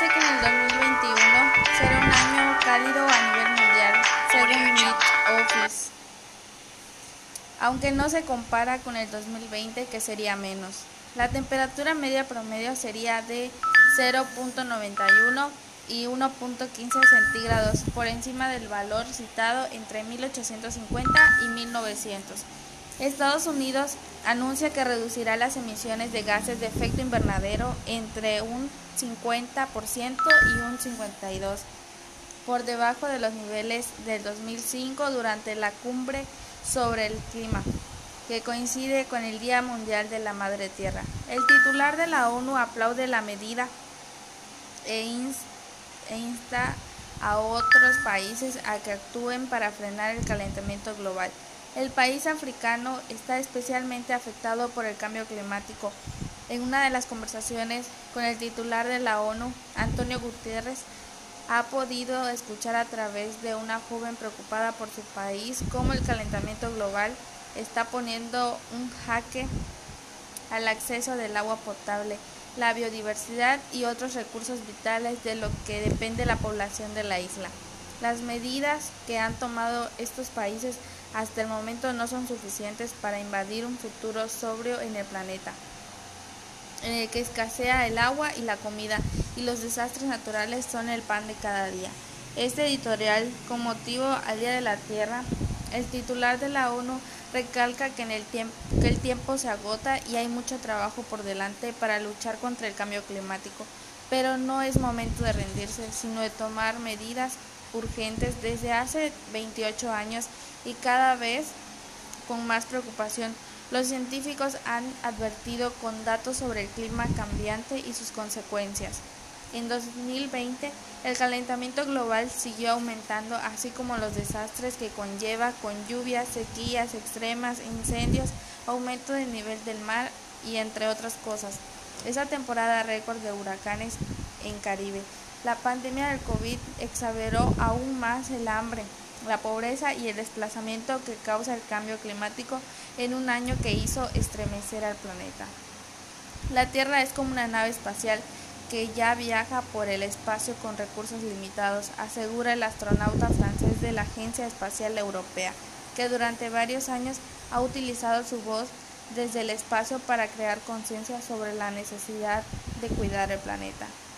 prevé que en el 2021 será un año cálido a nivel mundial, según Met Office, aunque no se compara con el 2020, que sería menos. La temperatura media promedio sería de 0.91 y 1.15 centígrados por encima del valor citado entre 1850 y 1900. Estados Unidos anuncia que reducirá las emisiones de gases de efecto invernadero entre un 50% y un 52%, por debajo de los niveles del 2005 durante la cumbre sobre el clima, que coincide con el Día Mundial de la Madre Tierra. El titular de la ONU aplaude la medida e insta a otros países a que actúen para frenar el calentamiento global. El país africano está especialmente afectado por el cambio climático. En una de las conversaciones con el titular de la ONU, Antonio Guterres, ha podido escuchar a través de una joven preocupada por su país cómo el calentamiento global está poniendo un jaque al acceso del agua potable, la biodiversidad y otros recursos vitales de lo que depende la población de la isla. Las medidas que han tomado estos países hasta el momento no son suficientes para invadir un futuro sobrio en el planeta, en el que escasea el agua y la comida, y los desastres naturales son el pan de cada día. Este editorial, con motivo al Día de la Tierra, el titular de la ONU recalca que el tiempo se agota y hay mucho trabajo por delante para luchar contra el cambio climático, pero no es momento de rendirse, sino de tomar medidas urgentes desde hace 28 años y cada vez con más preocupación. Los científicos han advertido con datos sobre el clima cambiante y sus consecuencias. En 2020, el calentamiento global siguió aumentando, así como los desastres que conlleva, con lluvias, sequías extremas, incendios, aumento del nivel del mar y entre otras cosas. Esa temporada récord de huracanes en Caribe. La pandemia del COVID exacerbó aún más el hambre, la pobreza y el desplazamiento que causa el cambio climático en un año que hizo estremecer al planeta. La Tierra es como una nave espacial que ya viaja por el espacio con recursos limitados, asegura el astronauta francés de la Agencia Espacial Europea, que durante varios años ha utilizado su voz desde el espacio para crear conciencia sobre la necesidad de cuidar el planeta.